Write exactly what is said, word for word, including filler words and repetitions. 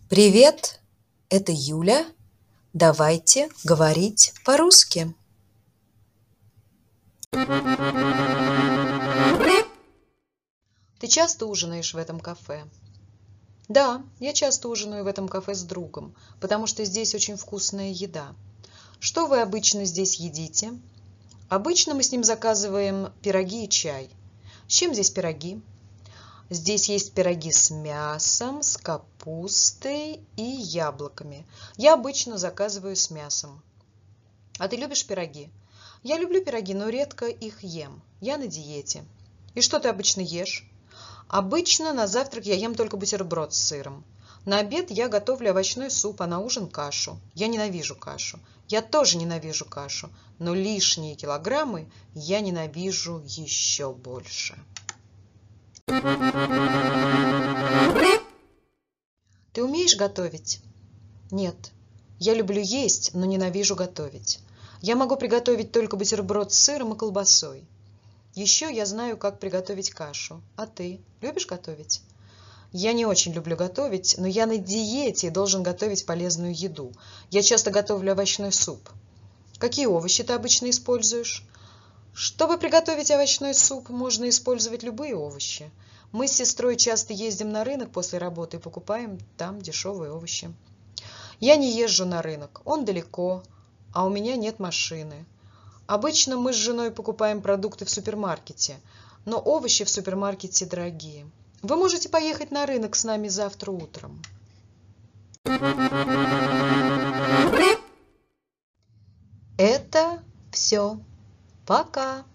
Привет, это Юля. Давайте говорить по-русски. Ты часто ужинаешь в этом кафе? Да, я часто ужинаю в этом кафе с другом, потому что здесь очень вкусная еда. Что вы обычно здесь едите? Обычно мы с ним заказываем пироги и чай. С чем здесь пироги? Здесь есть пироги с мясом, с капустой и яблоками. Я обычно заказываю с мясом. А ты любишь пироги? Я люблю пироги, но редко их ем. Я на диете. И что ты обычно ешь? Обычно на завтрак я ем только бутерброд с сыром. На обед я готовлю овощной суп, а на ужин кашу. Я ненавижу кашу. Я тоже ненавижу кашу, но лишние килограммы я ненавижу еще больше. Ты умеешь готовить? Нет. Я люблю есть, но ненавижу готовить. Я могу приготовить только бутерброд с сыром и колбасой. Еще я знаю, как приготовить кашу. А ты любишь готовить? Я не очень люблю готовить, но я на диете и должен готовить полезную еду. Я часто готовлю овощной суп. Какие овощи ты обычно используешь? Чтобы приготовить овощной суп, можно использовать любые овощи. Мы с сестрой часто ездим на рынок после работы и покупаем там дешевые овощи. Я не езжу на рынок, он далеко, а у меня нет машины. Обычно мы с женой покупаем продукты в супермаркете, но овощи в супермаркете дорогие. Вы можете поехать на рынок с нами завтра утром. Это все. Пока.